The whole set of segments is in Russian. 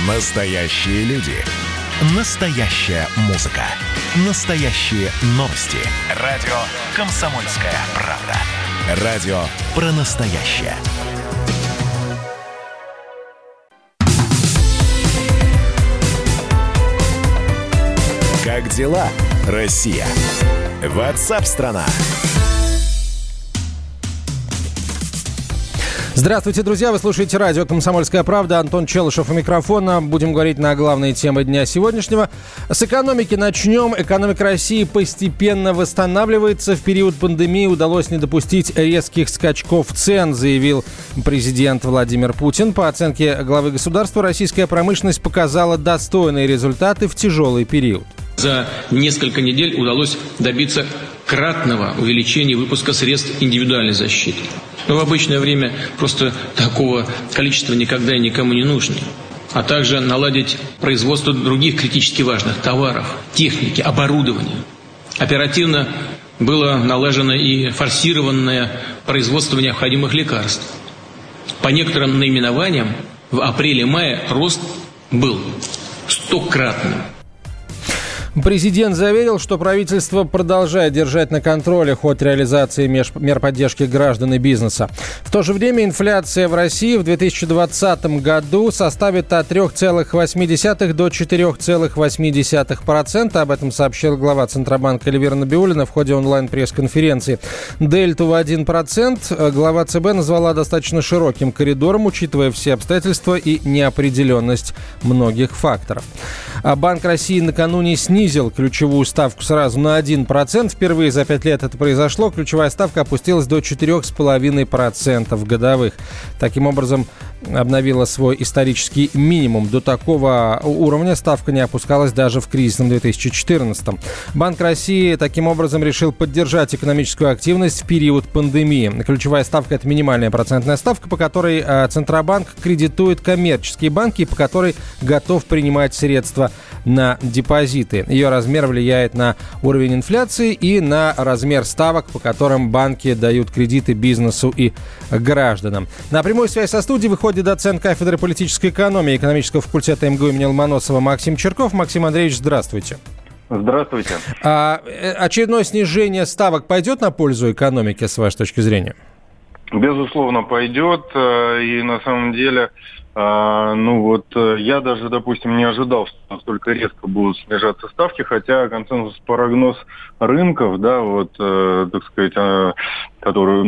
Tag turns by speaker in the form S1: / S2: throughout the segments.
S1: Настоящие люди. Настоящая музыка. Настоящие новости. Радио «Комсомольская правда». Радио про настоящее. Как дела, Россия? WhatsApp-страна.
S2: Здравствуйте, друзья! Вы слушаете радио «Комсомольская правда». Антон Челышев у микрофона. Будем говорить на главные темы дня сегодняшнего. С экономики начнем. Экономика России постепенно восстанавливается. В период пандемии удалось не допустить резких скачков цен, заявил президент Владимир Путин. По оценке главы государства, российская промышленность показала достойные результаты в тяжелый период.
S3: За несколько недель удалось добиться кратного увеличения выпуска средств индивидуальной защиты. Но в обычное время просто такого количества никогда и никому не нужно. А также наладить производство других критически важных товаров, техники, оборудования. Оперативно было налажено и форсированное производство необходимых лекарств. По некоторым наименованиям в апреле-мае рост был 100-кратным.
S2: Президент заверил, что правительство продолжает держать на контроле ход реализации мер поддержки граждан и бизнеса. В то же время инфляция в России в 2020 году составит от 3,8 до 4,8%. Об этом сообщил глава Центробанка Эльвира Набиуллина в ходе онлайн-пресс-конференции. Дельту в 1% глава ЦБ назвала достаточно широким коридором, учитывая все обстоятельства и неопределенность многих факторов. Банк России накануне снизил ключевую ставку сразу на 1%. Впервые за 5 лет это произошло. Ключевая ставка опустилась до 4,5% годовых. Таким образом, обновила свой исторический минимум. До такого уровня ставка не опускалась даже в кризисном 2014-м. Банк России таким образом решил поддержать экономическую активность в период пандемии. Ключевая ставка – это минимальная процентная ставка, по которой Центробанк кредитует коммерческие банки и по которой готов принимать средства на депозиты. Ее размер влияет на уровень инфляции и на размер ставок, по которым банки дают кредиты бизнесу и гражданам. На прямую связь со студией выходит доцент кафедры политической экономии экономического факультета МГУ имени Ломоносова Максим Черков. Максим Андреевич, здравствуйте.
S4: Здравствуйте.
S2: Очередное снижение ставок пойдет на пользу экономики, с вашей точки зрения?
S4: Безусловно, пойдет. И на самом деле, я даже, допустим, не ожидал, что настолько резко будут снижаться ставки, хотя консенсус-прогноз рынков, так сказать, который,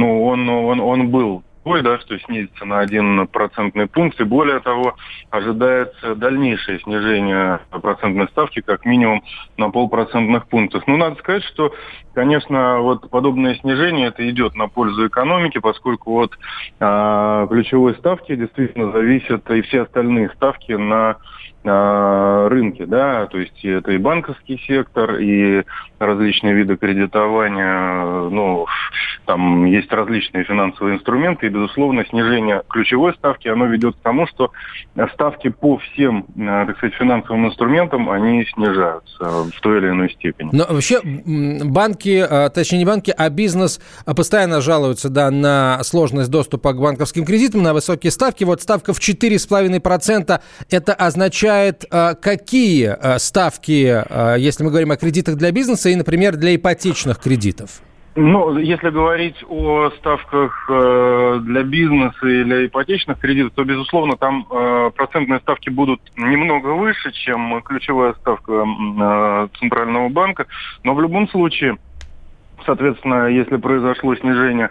S4: он был что снизится на 1% пункт, и более того, ожидается дальнейшее снижение процентной ставки как минимум на 0,5% пункта. Надо сказать, что, конечно, подобное снижение это идет на пользу экономики, поскольку от ключевой ставки действительно зависят и все остальные ставки на рынке, то есть это и банковский сектор, и различные виды кредитования, там есть различные финансовые инструменты, и, безусловно, снижение ключевой ставки, оно ведет к тому, что ставки по всем, так сказать, финансовым инструментам, они снижаются в той или иной степени.
S2: Но вообще банки, точнее не банки, а бизнес постоянно жалуются, на сложность доступа к банковским кредитам, на высокие ставки. Ставка в 4,5% это означает какие ставки, если мы говорим о кредитах для бизнеса и, например, для ипотечных кредитов?
S4: Если говорить о ставках для бизнеса и для ипотечных кредитов, то, безусловно, там процентные ставки будут немного выше, чем ключевая ставка Центрального банка. Но в любом случае, соответственно, если произошло снижение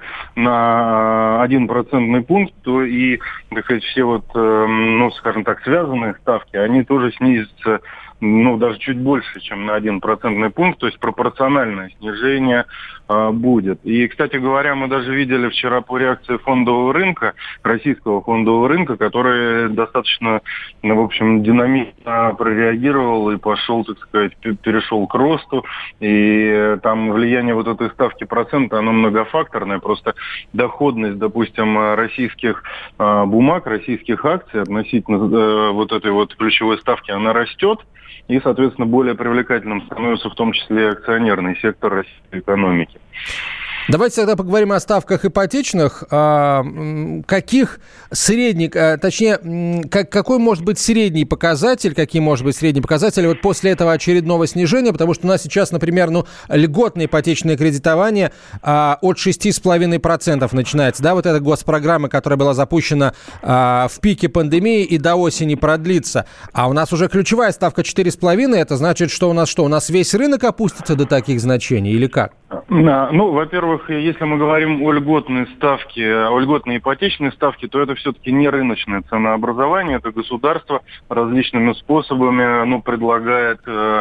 S4: на 1% пункт, то и, так сказать, все скажем так, связанные ставки, они тоже снизятся, даже чуть больше, чем на 1% пункт, то есть пропорциональное снижение будет. И, кстати говоря, мы даже видели вчера по реакции фондового рынка, российского фондового рынка, который достаточно, динамично прореагировал и пошел, так сказать, перешел к росту. И там влияние этой ставки процента, оно многофакторное. Просто доходность, допустим, российских бумаг, российских акций относительно этой ключевой ставки, она растет. И, соответственно, более привлекательным становится в том числе акционерный сектор российской экономики.
S2: Давайте тогда поговорим о ставках ипотечных. Каких средних, точнее, какой может быть средний показатель, какие может быть средние показатели вот после этого очередного снижения, потому что у нас сейчас, например, льготное ипотечное кредитование от 6,5% начинается, да, вот эта госпрограмма, которая была запущена в пике пандемии и до осени продлится, а у нас уже ключевая ставка 4,5%, это значит, что у нас весь рынок опустится до таких значений или как?
S4: Ну, во-первых, если мы говорим о льготной ставке, о льготной ипотечной ставке, то это все-таки не рыночное ценообразование, это государство различными способами предлагает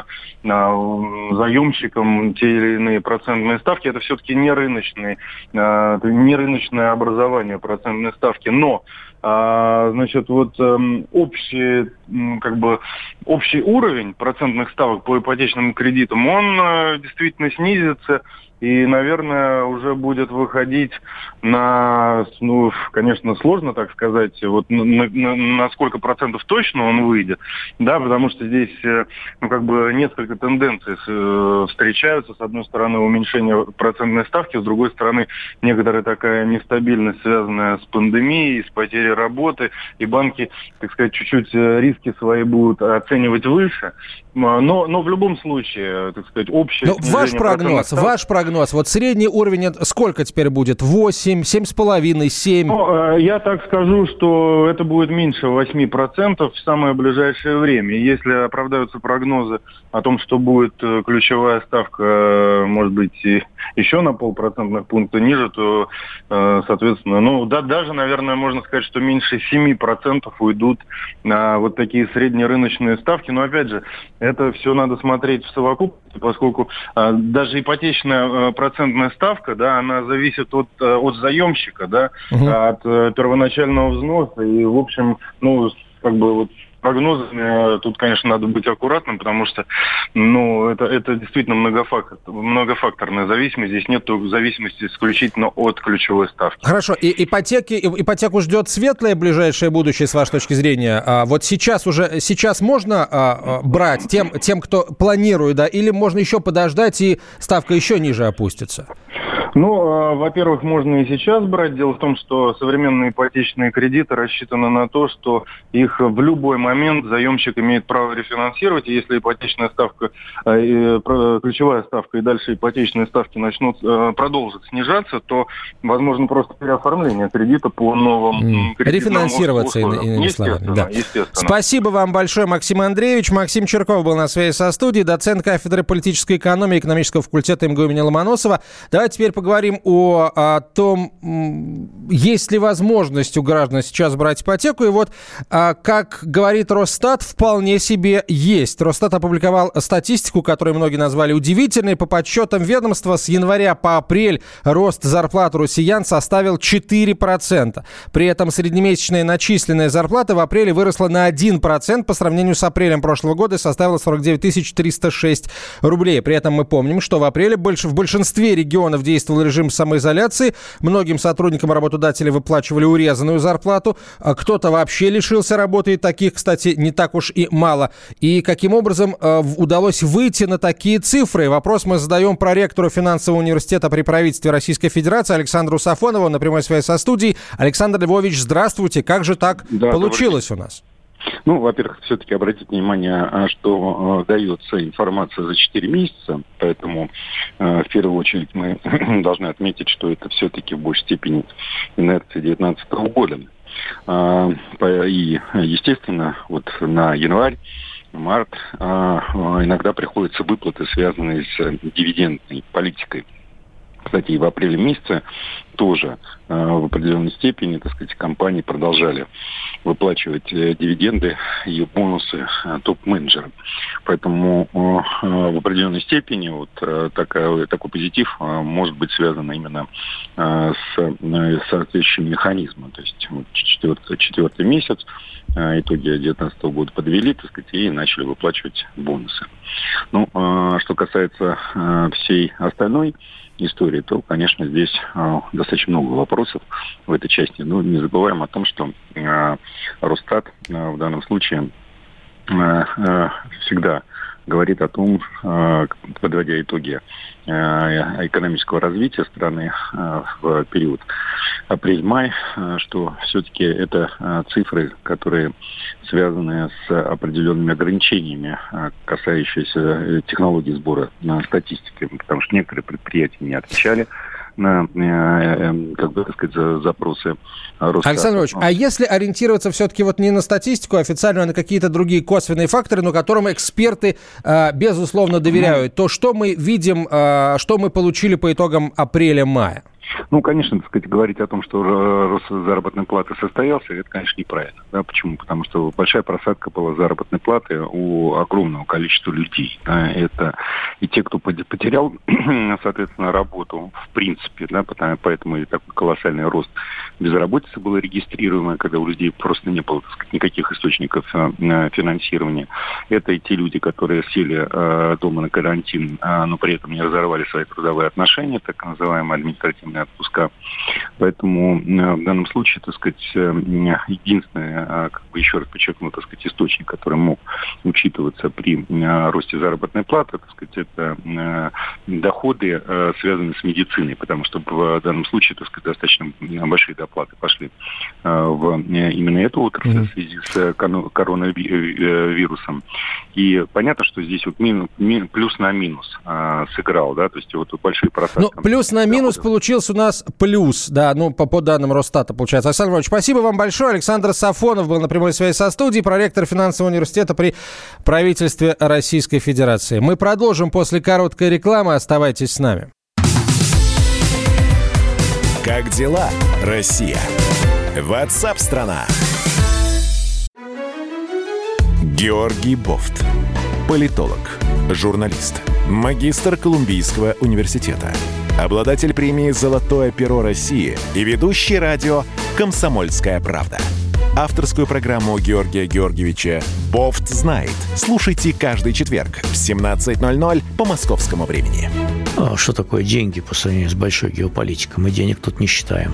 S4: заемщикам те или иные процентные ставки. Это все-таки не рыночное образование процентной ставки, но значит, общий уровень процентных ставок по ипотечным кредитам, он действительно снизится и, наверное, уже будет выходить на, конечно, сложно так сказать, на сколько процентов точно он выйдет, да, потому что здесь, несколько тенденций встречаются. С одной стороны, уменьшение процентной ставки, с другой стороны, некоторая такая нестабильность, связанная с пандемией, с потерей работы, и банки, так сказать, чуть-чуть риски свои будут оценивать выше. Но в любом случае, так сказать, общее снижение
S2: ваш прогноз, вот средний уровень сколько теперь будет? 8, 7,5, 7?
S4: Я так скажу, что это будет меньше 8% в самое ближайшее время. Если оправдаются прогнозы о том, что будет ключевая ставка, может быть, еще на 0,5% пункта ниже, то, соответственно, даже, наверное, можно сказать, что меньше 7% уйдут на вот такие среднерыночные ставки. Но, опять же, это все надо смотреть в совокупности, поскольку даже ипотечная процентная ставка, да, она зависит от заемщика, да, от первоначального взноса. И, в общем, прогнозами тут, конечно, надо быть аккуратным, потому что, это действительно многофакторная зависимость. Здесь нет зависимости исключительно от ключевой ставки.
S2: Хорошо. И ипотеку ждет светлое ближайшее будущее, с вашей точки зрения? Вот сейчас можно брать тем, кто планирует, да, или можно еще подождать, и ставка еще ниже опустится?
S4: Во-первых, можно и сейчас брать. Дело в том, что современные ипотечные кредиты рассчитаны на то, что их в любой момент заемщик имеет право рефинансировать. И если ипотечная ставка, ключевая ставка и дальше ипотечные ставки продолжат снижаться, то возможно просто переоформление кредита по новым кредитам.
S2: Рефинансироваться, иными словами. Да. Естественно. Спасибо вам большое, Максим Андреевич. Максим Черков был на связи со студией, доцент кафедры политической экономии экономического факультета МГУ имени Ломоносова. Давайте теперь поговорим о том, есть ли возможность у граждан сейчас брать ипотеку. И как говорит Росстат, вполне себе есть. Росстат опубликовал статистику, которую многие назвали удивительной. По подсчетам ведомства, с января по апрель рост зарплат россиян составил 4%. При этом среднемесячная начисленная зарплата в апреле выросла на 1% по сравнению с апрелем прошлого года и составила 49 306 рублей. При этом мы помним, что в апреле в большинстве регионов действовал режим самоизоляции. Многим сотрудникам работодатели выплачивали урезанную зарплату. Кто-то вообще лишился работы, и таких, кстати, не так уж и мало. И каким образом удалось выйти на такие цифры? Вопрос мы задаем проректору финансового университета при правительстве Российской Федерации Александру Сафонову на прямой связи со студией. Александр Львович, здравствуйте. Как же так получилось у нас?
S5: Во-первых, все-таки обратите внимание, что дается информация за 4 месяца, поэтому в первую очередь мы должны отметить, что это все-таки в большей степени инерция 2019 года. И, естественно, на январь, март иногда приходятся выплаты, связанные с дивидендной политикой. Кстати, и в апреле месяце тоже в определенной степени, компании продолжали выплачивать дивиденды и бонусы топ-менеджерам. Поэтому в определенной степени такой позитив может быть связан именно с соответствующим механизмом. То есть четвертый месяц, итоги 2019 года подвели, и начали выплачивать бонусы. Что касается всей остальной истории, то, конечно, здесь достаточно много вопросов в этой части. Но не забываем о том, что Росстат в данном случае всегда говорит о том, подводя итоги экономического развития страны в период апрель-май, что все-таки это цифры, которые связаны с определенными ограничениями, касающиеся технологий сбора статистики, потому что некоторые предприятия не отвечали на, запросы Росстата.
S2: Александр Ильич, а если ориентироваться все-таки вот не на статистику официальную, а на какие-то другие косвенные факторы, но которым эксперты, безусловно, доверяют, то что мы видим, что мы получили по итогам апреля-мая?
S5: Конечно, говорить о том, что рост заработной платы состоялся, это, конечно, неправильно. Да? Почему? Потому что большая просадка была заработной платы у огромного количества людей. Да? Это и те, кто потерял, соответственно, работу, в принципе, да? Поэтому и такой колоссальный рост безработицы был регистрируемый, когда у людей просто не было, никаких источников финансирования. Это и те люди, которые сели дома на карантин, но при этом не разорвали свои трудовые отношения, так называемые административные отпуска. Поэтому в данном случае, единственный, еще раз подчеркну, источник, который мог учитываться при росте заработной платы, это доходы, связанные с медициной, потому что в данном случае, достаточно большие доплаты пошли в именно эту отрасль в связи с коронавирусом. И понятно, что здесь плюс на минус сыграл, да, то есть большие просадки.
S2: Плюс на минус получился у нас плюс, да, по данным Росстата получается. Александр Иванович, спасибо вам большое. Александр Сафонов был на прямой связи со студией, проректор финансового университета при правительстве Российской Федерации. Мы продолжим после короткой рекламы. Оставайтесь с нами.
S1: Как дела, Россия? WhatsApp-страна. Георгий Бофт. Политолог, журналист, магистр Колумбийского университета, обладатель премии «Золотое перо России» и ведущий радио «Комсомольская правда». Авторскую программу Георгия Георгиевича «Бофт знает». Слушайте каждый четверг в 17:00 по московскому времени.
S6: Что такое деньги по сравнению с большой геополитикой? Мы денег тут не считаем.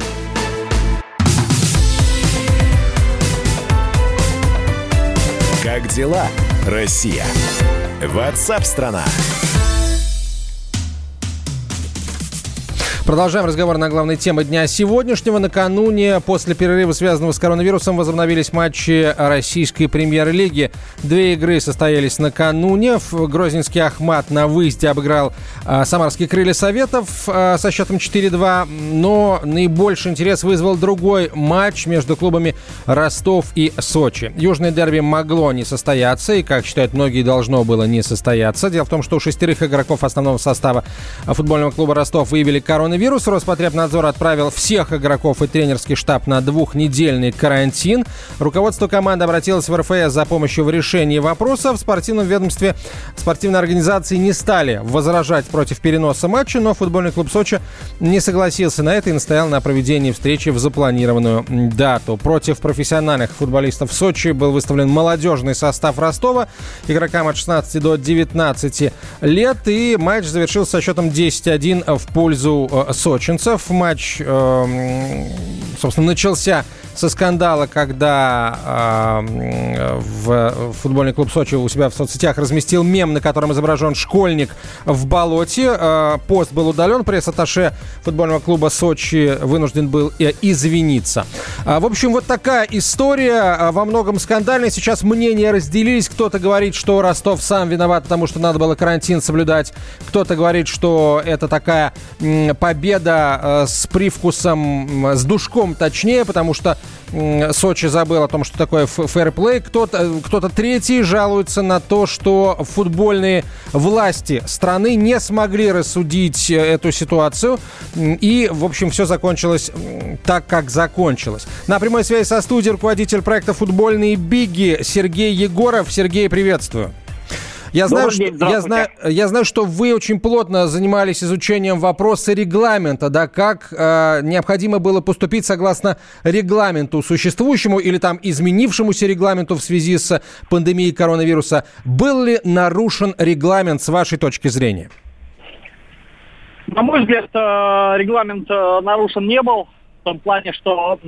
S1: Как дела, Россия? WhatsApp-страна.
S2: Продолжаем разговор на главной теме дня сегодняшнего. Накануне, после перерыва, связанного с коронавирусом, возобновились матчи российской премьер-лиги. 2 игры состоялись накануне. Грозненский «Ахмат» на выезде обыграл самарские «Крылья Советов» со счетом 4-2. Но наибольший интерес вызвал другой матч между клубами Ростов и Сочи. Южное дерби могло не состояться, и, как считают многие, должно было не состояться. Дело в том, что у 6 игроков основного состава футбольного клуба «Ростов» выявили коронавирус. Роспотребнадзор отправил всех игроков и тренерский штаб на 2-недельный карантин. Руководство команды обратилось в РФС за помощью в решении вопроса. В спортивном ведомстве спортивной организации не стали возражать против переноса матча, но футбольный клуб Сочи не согласился на это и настоял на проведении встречи в запланированную дату. Против профессиональных футболистов Сочи был выставлен молодежный состав Ростова игрокам от 16 до 19 лет, и матч завершился со счетом 10-1 в пользу сочинцев. Матч, собственно, начался со скандала, когда футбольный клуб Сочи у себя в соцсетях разместил мем, на котором изображен школьник в болоте. Пост был удален. Пресс-атташе футбольного клуба Сочи вынужден был извиниться. В общем, вот такая история, во многом скандальная. Сейчас мнения разделились. Кто-то говорит, что Ростов сам виноват, потому что надо было карантин соблюдать. Кто-то говорит, что это такая победа с привкусом, с душком точнее, потому что Сочи забыл о том, что такое фэрплей. Кто-то третий жалуется на то, что футбольные власти страны не смогли рассудить эту ситуацию. И, в общем, все закончилось так, как закончилось. На прямой связи со студией руководитель проекта «Футбольные биги» Сергей Егоров. Сергей, приветствую. Я знаю, что вы очень плотно занимались изучением вопроса регламента, да, как необходимо было поступить согласно регламенту существующему или там изменившемуся регламенту в связи с пандемией коронавируса. Был ли нарушен регламент с вашей точки зрения?
S7: На мой взгляд, регламент нарушен не был. том плане, что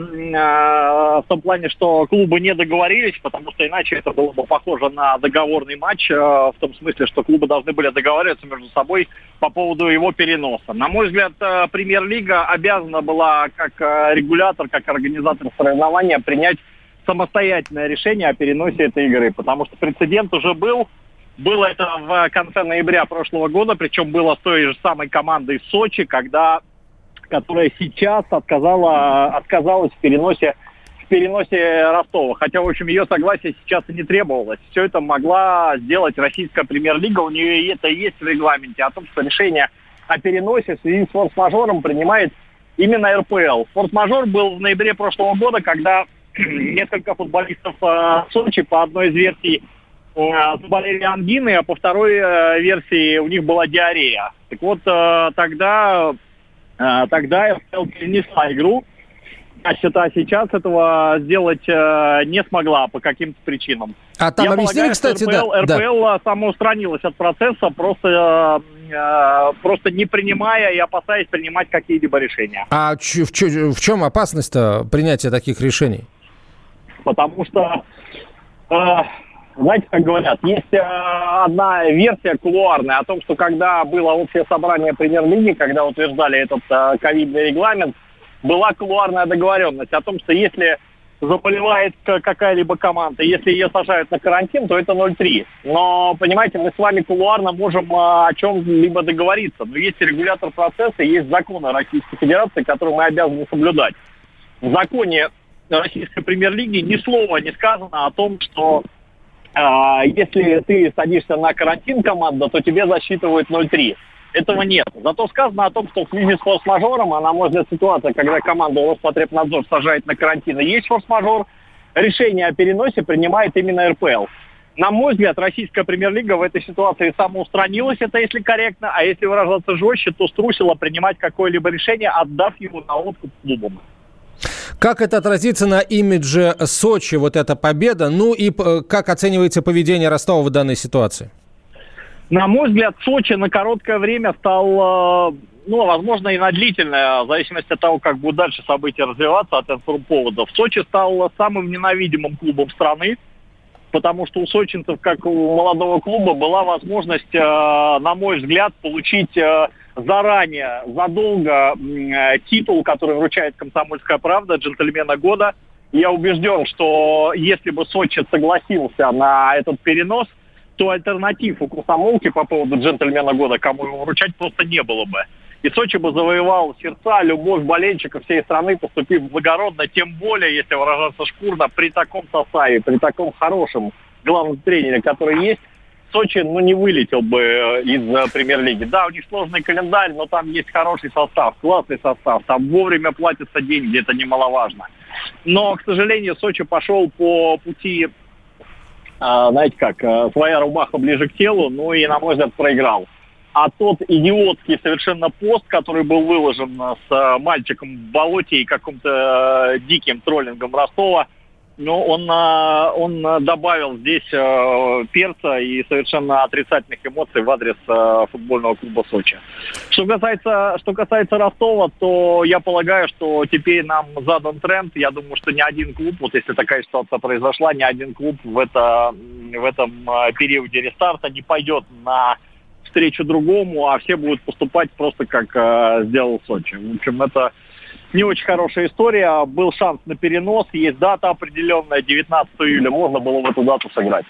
S7: клубы не договорились, потому что иначе это было бы похоже на договорный матч, в том смысле, что клубы должны были договариваться между собой по поводу его переноса. На мой взгляд, Премьер-лига обязана была, как регулятор, как организатор соревнования, принять самостоятельное решение о переносе этой игры, потому что прецедент уже был. Было это в конце ноября прошлого года, причем было с той же самой командой из Сочи, которая сейчас отказалась в переносе Ростова. Хотя, в общем, ее согласие сейчас и не требовалось. Все это могла сделать российская премьер-лига. У нее это есть в регламенте о том, что решение о переносе в связи с форс-мажором принимает именно РПЛ. Форс-мажор был в ноябре прошлого года, когда несколько футболистов Сочи по одной из версий заболели ангиной, а по второй версии у них была диарея. Так вот, тогда РПЛ перенесла игру, а сейчас этого сделать не смогла по каким-то причинам.
S2: А там объяснили, кстати,
S7: РПЛ самоустранилась от процесса, просто не принимая и опасаясь принимать какие-либо решения.
S2: А в чем опасность-то принятия таких решений?
S7: Потому что, знаете, как говорят, есть одна версия кулуарная о том, что когда было общее собрание премьер-лиги, когда утверждали этот ковидный регламент, была кулуарная договоренность о том, что если заболевает какая-либо команда, если ее сажают на карантин, то это 0,3. Но, понимаете, мы с вами кулуарно можем о чем-либо договориться. Но есть регулятор процесса, есть законы Российской Федерации, которые мы обязаны соблюдать. В законе Российской премьер-лиги ни слова не сказано о том, что если ты садишься на карантин команда, то тебе засчитывают 0,3. Этого нет. Зато сказано о том, что в связи с форс-мажором, а на мой взгляд ситуация, когда команду Роспотребнадзор сажает на карантин и есть форс-мажор, решение о переносе принимает именно РПЛ. На мой взгляд, российская премьер-лига в этой ситуации самоустранилась, это если корректно, а если выражаться жестче, то струсила принимать какое-либо решение, отдав его на откуп клубам.
S2: Как это отразится на имидже Сочи, вот эта победа? Ну и как оценивается поведение Ростова в данной ситуации?
S7: На мой взгляд, Сочи на короткое время стал, возможно, и на длительное, в зависимости от того, как будут дальше события развиваться от информповодов. Сочи стал самым ненавидимым клубом страны, потому что у сочинцев, как у молодого клуба, была возможность, на мой взгляд, получить заранее, задолго титул, который вручает «Комсомольская правда», «Джентльмена года». Я убежден, что если бы Сочи согласился на этот перенос, то альтернатив у комсомолки по поводу «Джентльмена года», кому его вручать, просто не было бы. И Сочи бы завоевал сердца, любовь болельщиков всей страны, поступив благородно, тем более, если выражаться шкурно, при таком составе, при таком хорошем главном тренере, который есть, Сочи, не вылетел бы из премьер-лиги. Да, у них сложный календарь, но там есть хороший состав, классный состав, там вовремя платятся деньги, это немаловажно. Но, к сожалению, Сочи пошел по пути, знаете как, своя рубаха ближе к телу, и, на мой взгляд, проиграл. А тот идиотский совершенно пост, который был выложен с мальчиком в болоте и каким-то диким троллингом Ростова, он добавил здесь перца и совершенно отрицательных эмоций в адрес футбольного клуба Сочи. Что касается Ростова, то я полагаю, что теперь нам задан тренд. Я думаю, что ни один клуб, вот если такая ситуация произошла, ни один клуб в этом периоде рестарта не пойдет на встречу другому, а все будут поступать просто как сделал Сочи. В общем, это не очень хорошая история. Был шанс на перенос, есть дата определенная, 19 июля, можно было в эту дату сыграть.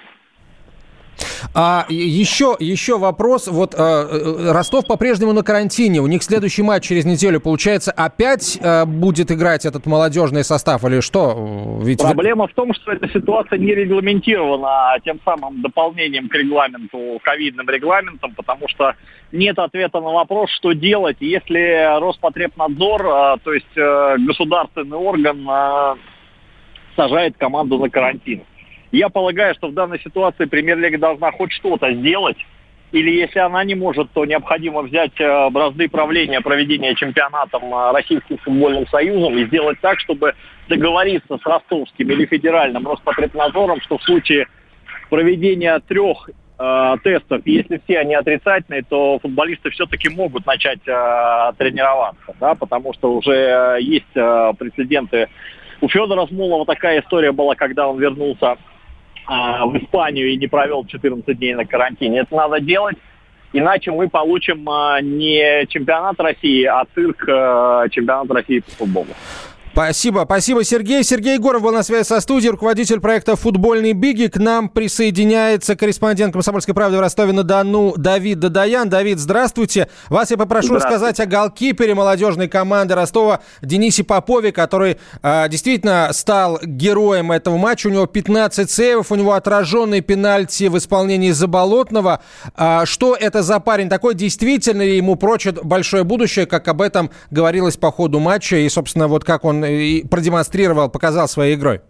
S2: Еще вопрос. Вот Ростов по-прежнему на карантине. У них следующий матч через неделю. Получается, опять будет играть этот молодежный состав или что?
S7: Проблема в том, что эта ситуация не регламентирована тем самым дополнением к регламенту, ковидным регламентом, потому что нет ответа на вопрос, что делать, если Роспотребнадзор, то есть государственный орган, сажает команду на карантин. Я полагаю, что в данной ситуации премьер-лига должна хоть что-то сделать, или если она не может, то необходимо взять бразды правления проведения чемпионатом Российским футбольным союзом и сделать так, чтобы договориться с ростовским или федеральным Роспотребнадзором, что в случае проведения 3 тестов. Если все они отрицательные, то футболисты все-таки могут начать тренироваться, да, потому что уже есть прецеденты. У Федора Смолова такая история была, когда он вернулся в Испанию и не провел 14 дней на карантине. Это надо делать, иначе мы получим не чемпионат России, а цирк чемпионата России по футболу.
S2: Спасибо, Сергей. Сергей Егоров был на связи со студией, руководитель проекта «Футбольный Биги». К нам присоединяется корреспондент «Комсомольской правды» в Ростове-на-Дону Давид Дадаян. Давид, здравствуйте. Вас я попрошу рассказать о голкипере молодежной команды Ростова Денисе Попове, который действительно стал героем этого матча. У него 15 сейвов, у него отраженный пенальти в исполнении Заболотного. Что это за парень такой? Действительно ли ему прочат большое будущее, как об этом говорилось по ходу матча? И, собственно, вот как он и продемонстрировал, показал своей игрой.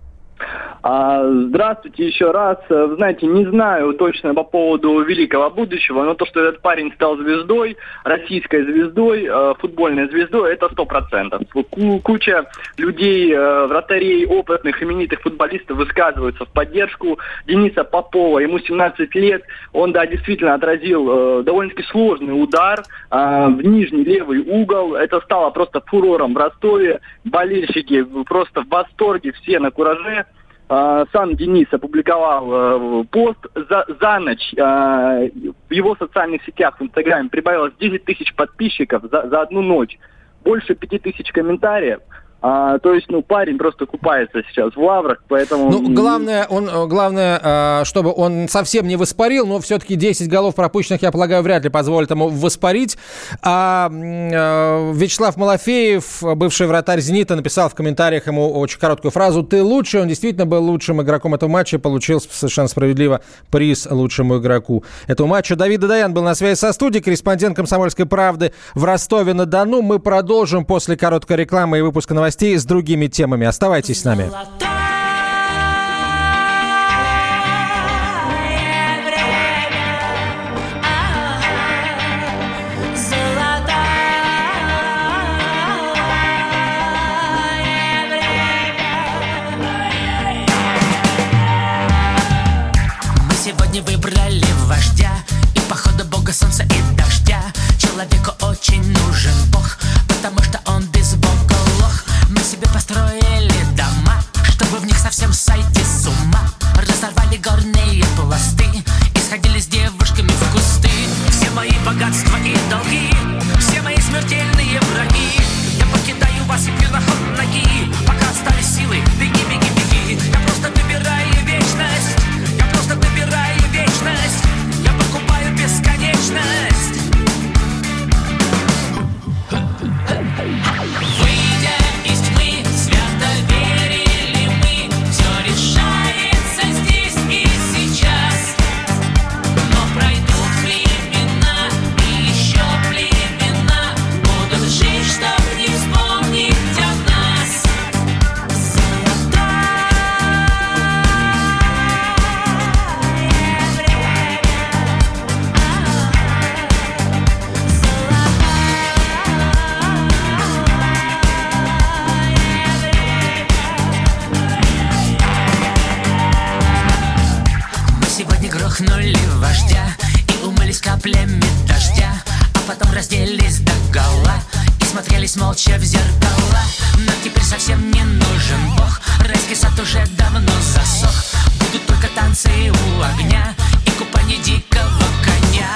S8: Здравствуйте еще раз. Вы знаете, не знаю точно по поводу великого будущего, но то, что этот парень стал звездой, российской звездой, футбольной звездой, это 100%. Куча людей, вратарей, опытных, именитых футболистов высказываются в поддержку Дениса Попова. Ему 17 лет. Он, да, действительно отразил довольно-таки сложный удар в нижний левый угол. Это стало просто фурором в Ростове. Болельщики просто в восторге, все на кураже. Сам Денис опубликовал пост за ночь. В его социальных сетях в Инстаграме прибавилось 10 тысяч подписчиков за одну ночь. Больше 5 тысяч комментариев. То есть, парень просто купается сейчас в лаврах, поэтому...
S2: Главное, чтобы он совсем не воспарил, но все-таки 10 голов пропущенных, я полагаю, вряд ли позволит ему воспарить. Вячеслав Малафеев, бывший вратарь «Зенита», написал в комментариях ему очень короткую фразу «Ты лучший». Он действительно был лучшим игроком этого матча и получил совершенно справедливо приз лучшему игроку этого матча. Давид Дадаян был на связи со студией, корреспондент «Комсомольской правды» в Ростове-на-Дону. Мы продолжим после короткой рекламы и выпуска новостей с другими темами. Оставайтесь с нами.
S9: Мы сегодня выбрали вождя, и походу бога солнца и дождя. Человеку очень нужен Бог, потому что он без Бога лох. Мы себе построили дома, чтобы в них совсем сойти с ума. Разорвали горные пласты и сходили с девушками в кусты. Все мои богатства и долги, все мои смертельные враги. Я покидаю вас и пью на ход ноги. Пока остались силы, беги, беги, беги. Я просто выбираю вечность, я просто выбираю вечность. Я покупаю бесконечность. Грохнули вождя и умылись каплями дождя, а потом разделись догола и смотрелись молча в зеркала. Нам теперь совсем не нужен Бог, райский сад уже давно засох. Будут только танцы у огня и купание дикого коня.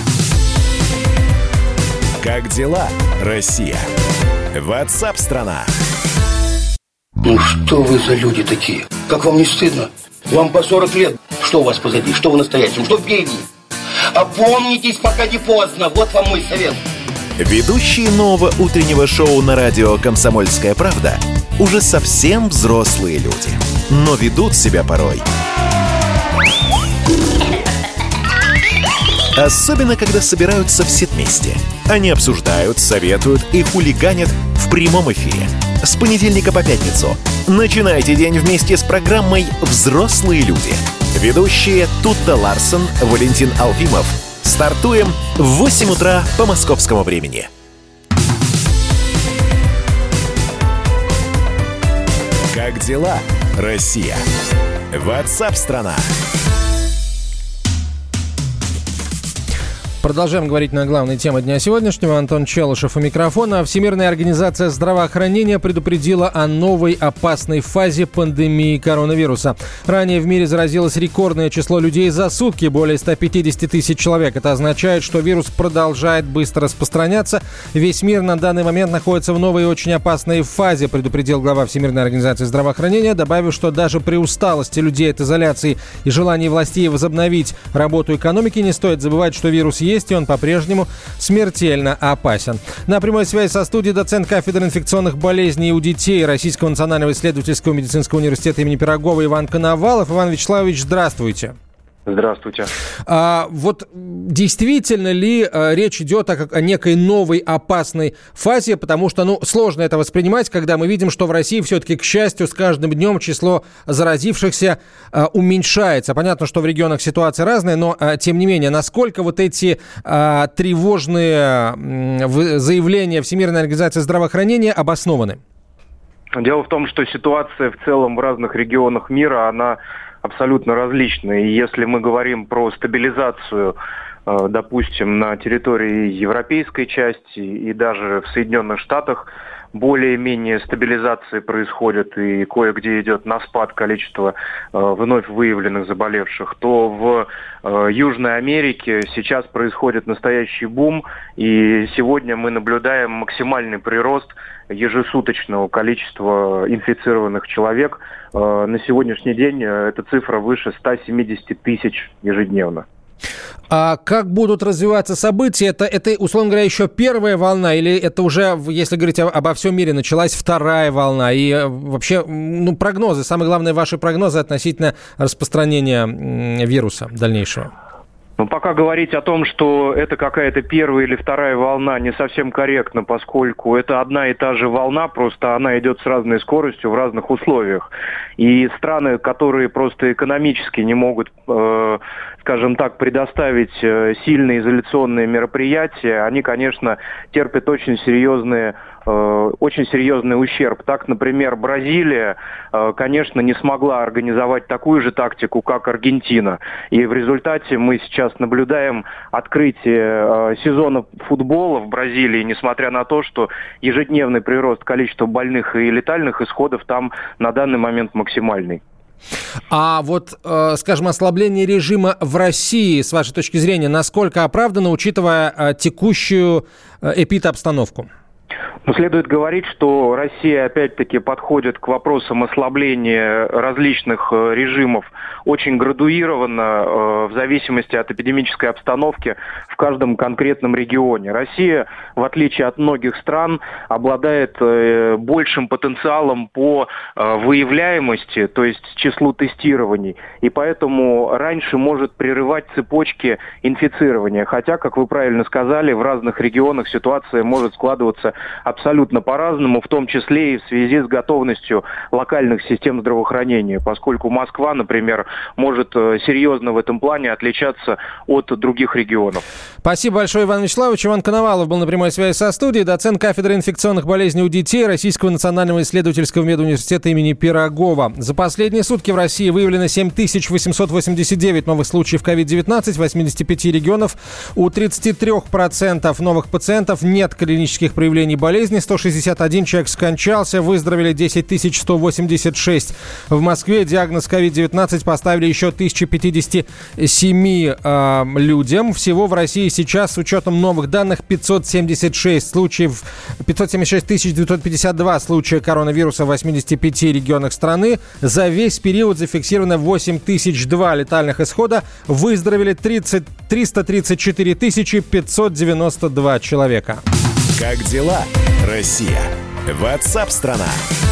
S1: Как дела, Россия? WhatsApp-страна.
S10: Ну что вы за люди такие? Как вам не стыдно? Вам по 40 лет. Что у вас позади? Что в настоящем? Что впереди? Опомнитесь, пока не поздно. Вот вам мой совет.
S1: Ведущие нового утреннего шоу на радио «Комсомольская правда» уже совсем взрослые люди, но ведут себя порой. Особенно, когда собираются все вместе. Они обсуждают, советуют и хулиганят в прямом эфире. С понедельника по пятницу. Начинайте день вместе с программой «Взрослые люди». Ведущие Тутта Ларсон, Валентин Алфимов. Стартуем в 8 утра по московскому времени. Как дела, Россия? WhatsApp-страна.
S2: Продолжаем говорить на главные темы дня сегодняшнего. Антон Челышев у микрофона. Всемирная организация здравоохранения предупредила о новой опасной фазе пандемии коронавируса. Ранее в мире заразилось рекордное число людей за сутки, более 150 тысяч человек. Это означает, что вирус продолжает быстро распространяться. Весь мир на данный момент находится в новой и очень опасной фазе, предупредил глава Всемирной организации здравоохранения, добавив, что даже при усталости людей от изоляции и желании властей возобновить работу экономики, не стоит забывать, что вирус есть, и он по-прежнему смертельно опасен. На прямой связи со студией доцент кафедры инфекционных болезней у детей Российского национального исследовательского медицинского университета имени Пирогова Иван Коновалов. Иван Вячеславович, здравствуйте.
S4: Здравствуйте.
S2: Вот действительно ли речь идет о некой новой опасной фазе? Потому что, сложно это воспринимать, когда мы видим, что в России все-таки, к счастью, с каждым днем число заразившихся уменьшается. Понятно, что в регионах ситуация разная, но, тем не менее, насколько вот эти тревожные заявления Всемирной организации здравоохранения обоснованы?
S4: Дело в том, что ситуация в целом в разных регионах мира, она абсолютно различные. И если мы говорим про стабилизацию, допустим, на территории европейской части и даже в Соединенных Штатах, более-менее стабилизация происходит и кое-где идет на спад количества вновь выявленных заболевших, то в Южной Америке сейчас происходит настоящий бум, и сегодня мы наблюдаем максимальный прирост ежесуточного количества инфицированных человек. На сегодняшний день эта цифра выше 170 тысяч ежедневно.
S2: А как будут развиваться события? Это, условно говоря, еще первая волна, или это уже, если говорить обо всем мире, началась вторая волна? И вообще, прогнозы, самое главное, ваши прогнозы относительно распространения вируса дальнейшего?
S4: Пока говорить о том, что это какая-то первая или вторая волна, не совсем корректно, поскольку это одна и та же волна, просто она идет с разной скоростью в разных условиях. И страны, которые просто экономически не могут, скажем так, предоставить сильные изоляционные мероприятия, они, конечно, терпят очень серьезный ущерб. Так, например, Бразилия, конечно, не смогла организовать такую же тактику, как Аргентина. И в результате мы сейчас наблюдаем открытие сезона футбола в Бразилии, несмотря на то, что ежедневный прирост количества больных и летальных исходов там на данный момент максимальный.
S2: А вот, скажем, ослабление режима в России, с вашей точки зрения, насколько оправдано, учитывая текущую эпидобстановку?
S4: Следует говорить, что Россия опять-таки подходит к вопросам ослабления различных режимов очень градуированно в зависимости от эпидемической обстановки в каждом конкретном регионе. Россия, в отличие от многих стран, обладает большим потенциалом по выявляемости, то есть числу тестирований, и поэтому раньше может прерывать цепочки инфицирования. Хотя, как вы правильно сказали, в разных регионах ситуация может складываться абсолютно по-разному, в том числе и в связи с готовностью локальных систем здравоохранения, поскольку Москва, например, может серьезно в этом плане отличаться от других регионов.
S2: Спасибо большое, Иван Вячеславович. Иван Коновалов был на прямой связи со студией, доцент кафедры инфекционных болезней у детей Российского национального исследовательского медуниверситета имени Пирогова. За последние сутки в России выявлено 7889 новых случаев COVID-19 в 85 регионов. У 33% новых пациентов нет клинических проявлений болезни. 161 человек скончался, выздоровели 10 186. В Москве диагноз COVID-19 поставили еще 1057 людям. Всего в России сейчас, с учетом новых данных, 576 952 случая коронавируса в 85 регионах страны. За весь период зафиксировано 8002 летальных исхода. Выздоровели 334 592 человека.
S1: Как дела, Россия? WhatsApp-страна.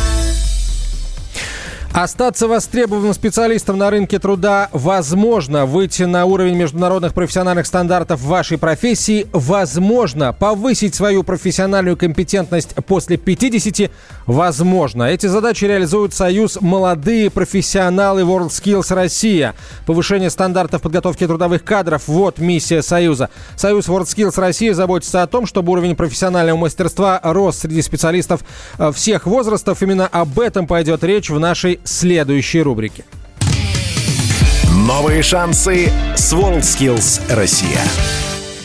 S2: Остаться востребованным специалистом на рынке труда возможно. Выйти на уровень международных профессиональных стандартов в вашей профессии возможно. Повысить свою профессиональную компетентность после 50 возможно. Эти задачи реализует Союз «Молодые профессионалы WorldSkills Россия». Повышение стандартов подготовки трудовых кадров – вот миссия Союза. Союз WorldSkills Россия заботится о том, чтобы уровень профессионального мастерства рос среди специалистов всех возрастов. Именно об этом пойдет речь в нашей следующей рубрике.
S1: Новые шансы с WorldSkills Россия.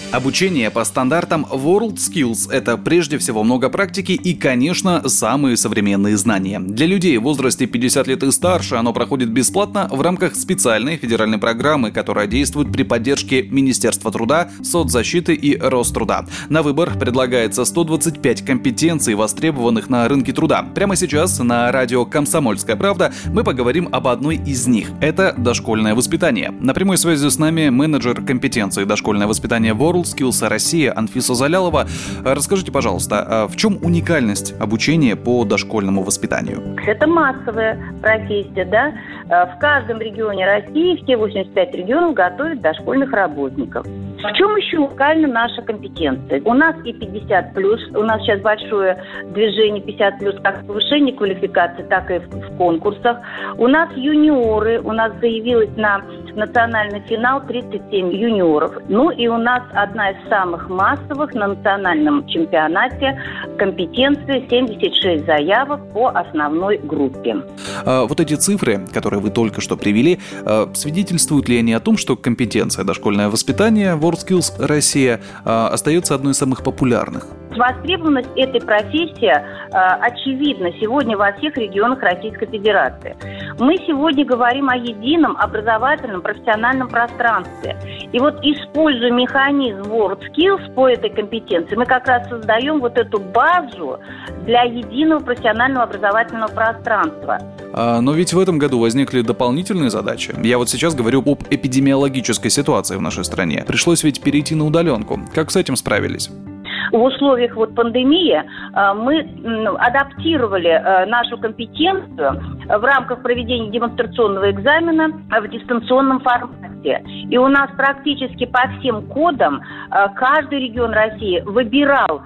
S11: Обучение по стандартам WorldSkills – это прежде всего много практики и, конечно, самые современные знания. Для людей в возрасте 50 лет и старше оно проходит бесплатно в рамках специальной федеральной программы, которая действует при поддержке Министерства труда, соцзащиты и Роструда. На выбор предлагается 125 компетенций, востребованных на рынке труда. Прямо сейчас на радио «Комсомольская правда» мы поговорим об одной из них – это дошкольное воспитание. На прямой связи с нами менеджер компетенции «Дошкольное воспитание WorldSkills Россия» Анфиса Залялова. Расскажите, пожалуйста, в чем уникальность обучения по дошкольному воспитанию?
S12: Это массовая профессия, да? В каждом регионе России, все 85 регионов готовят дошкольных работников. В чем еще уникальна наша компетенция? У нас и 50+, у нас сейчас большое движение 50+, как в повышении квалификации, так и в конкурсах. У нас юниоры, у нас заявилось на национальный финал 37 юниоров. Ну и у нас одна из самых массовых на национальном чемпионате компетенции 76 заявок по основной группе.
S11: Вот эти цифры, которые вы только что привели, свидетельствуют ли они о том, что компетенция дошкольное воспитание WorldSkills Россия остается одной из самых популярных?
S12: Востребованность этой профессии очевидна сегодня во всех регионах Российской Федерации. Мы сегодня говорим о едином образовательном профессиональном пространстве. И вот, используя механизм WorldSkills по этой компетенции, мы как раз создаем вот эту базу для единого профессионального образовательного пространства.
S11: Но ведь в этом году возникли дополнительные задачи. Я вот сейчас говорю об эпидемиологической ситуации в нашей стране. Пришлось ведь перейти на удаленку. Как с этим справились?
S12: В условиях пандемии мы адаптировали нашу компетенцию в рамках проведения демонстрационного экзамена в дистанционном формате. И у нас практически по всем кодам каждый регион России выбирал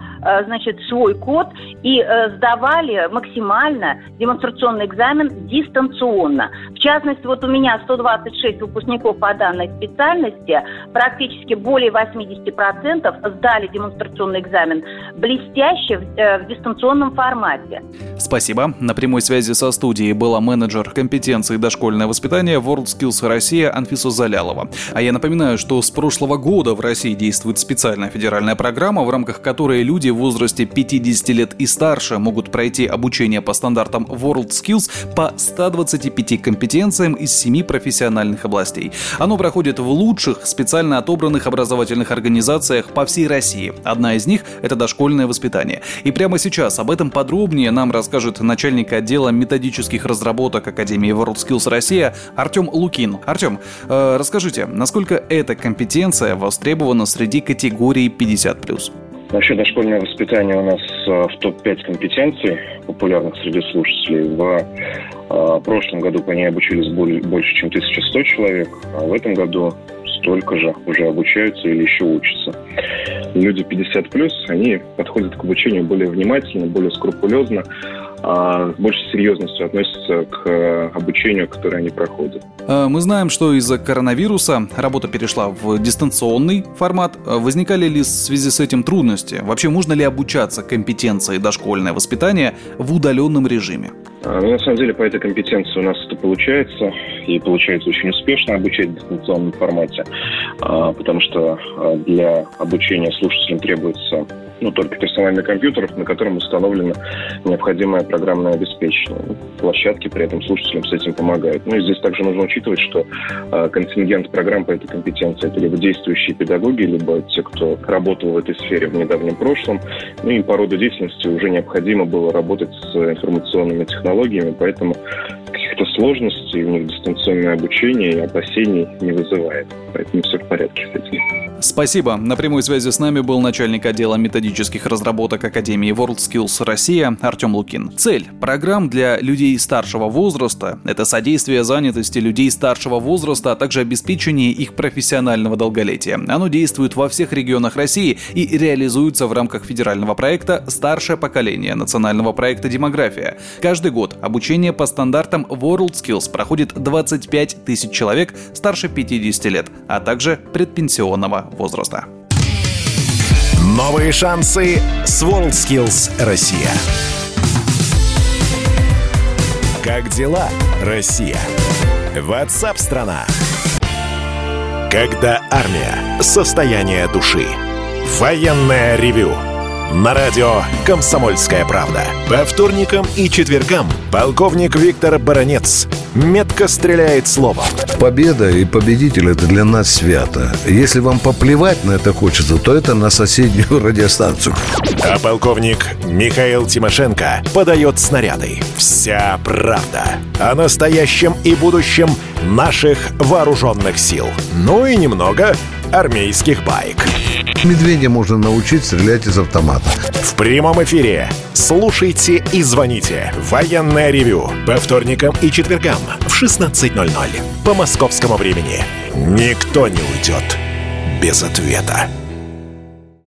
S12: свой код и сдавали максимально демонстрационный экзамен дистанционно. В частности, у меня 126 выпускников по данной специальности, практически более 80% сдали демонстрационный экзамен блестяще в дистанционном формате.
S11: Спасибо. На прямой связи со студией была менеджер компетенции дошкольное воспитание WorldSkills Россия Анфиса Залялова. А я напоминаю, что с прошлого года в России действует специальная федеральная программа, в рамках которой люди в возрасте 50 лет и старше могут пройти обучение по стандартам WorldSkills по 125 компетенциям из 7 профессиональных областей. Оно проходит в лучших специально отобранных образовательных организациях по всей России. Одна из них – это дошкольное воспитание. И прямо сейчас об этом подробнее нам расскажет начальник отдела методических разработок Академии WorldSkills Россия Артем Лукин. Артем, расскажите, насколько эта компетенция востребована среди категории 50+?
S13: Вообще дошкольное воспитание у нас в топ-5 компетенций, популярных среди слушателей. В прошлом году по ней обучились больше, чем 1100 человек, а в этом году столько же уже обучаются или еще учатся. Люди 50+, они подходят к обучению более внимательно, более скрупулезно, с большей серьезностью относятся к обучению, которое они проходят.
S11: Мы знаем, что из-за коронавируса работа перешла в дистанционный формат. Возникали ли в связи с этим трудности? Вообще, можно ли обучаться компетенции дошкольное воспитание в удаленном режиме?
S13: На самом деле, по этой компетенции у нас это получается, и получается очень успешно обучать в дистанционном формате, потому что для обучения слушателям требуется только персональный компьютер, на котором установлено необходимое программное обеспечение. Площадки при этом слушателям с этим помогают. И здесь также нужно учитывать, что контингент программ по этой компетенции – это либо действующие педагоги, либо те, кто работал в этой сфере в недавнем прошлом. И по роду деятельности уже необходимо было работать с информационными технологиями, поэтому каких-то сложностей у них дистанционное обучение и опасений не вызывает. Поэтому все в порядке с этим.
S11: Спасибо. На прямой связи с нами был начальник отдела методических разработок Академии WorldSkills Россия Артем Лукин. Цель программ для людей старшего возраста – это содействие занятости людей старшего возраста, а также обеспечение их профессионального долголетия. Оно действует во всех регионах России и реализуется в рамках федерального проекта «Старшее поколение» национального проекта «Демография». Каждый год обучение по стандартам WorldSkills проходит 25 тысяч человек старше 50 лет, а также предпенсионного возраста.
S1: Новые шансы с WorldSkills Россия. Как дела, Россия? WhatsApp-страна. Когда армия. Состояние души. Военное ревю на радио «Комсомольская правда». По вторникам и четвергам полковник Виктор Баранец метко стреляет словом.
S14: Победа и победитель — это для нас свято. Если вам поплевать на это хочется, то это на соседнюю радиостанцию.
S1: А полковник Михаил Тимошенко подает снаряды. Вся правда о настоящем и будущем наших вооруженных сил. Ну и немного армейских баек.
S14: Медведя можно научить стрелять из автомата.
S1: В прямом эфире слушайте и звоните. Военное ревю по вторникам и четвергам в 16:00 по московскому времени. Никто не уйдет без ответа.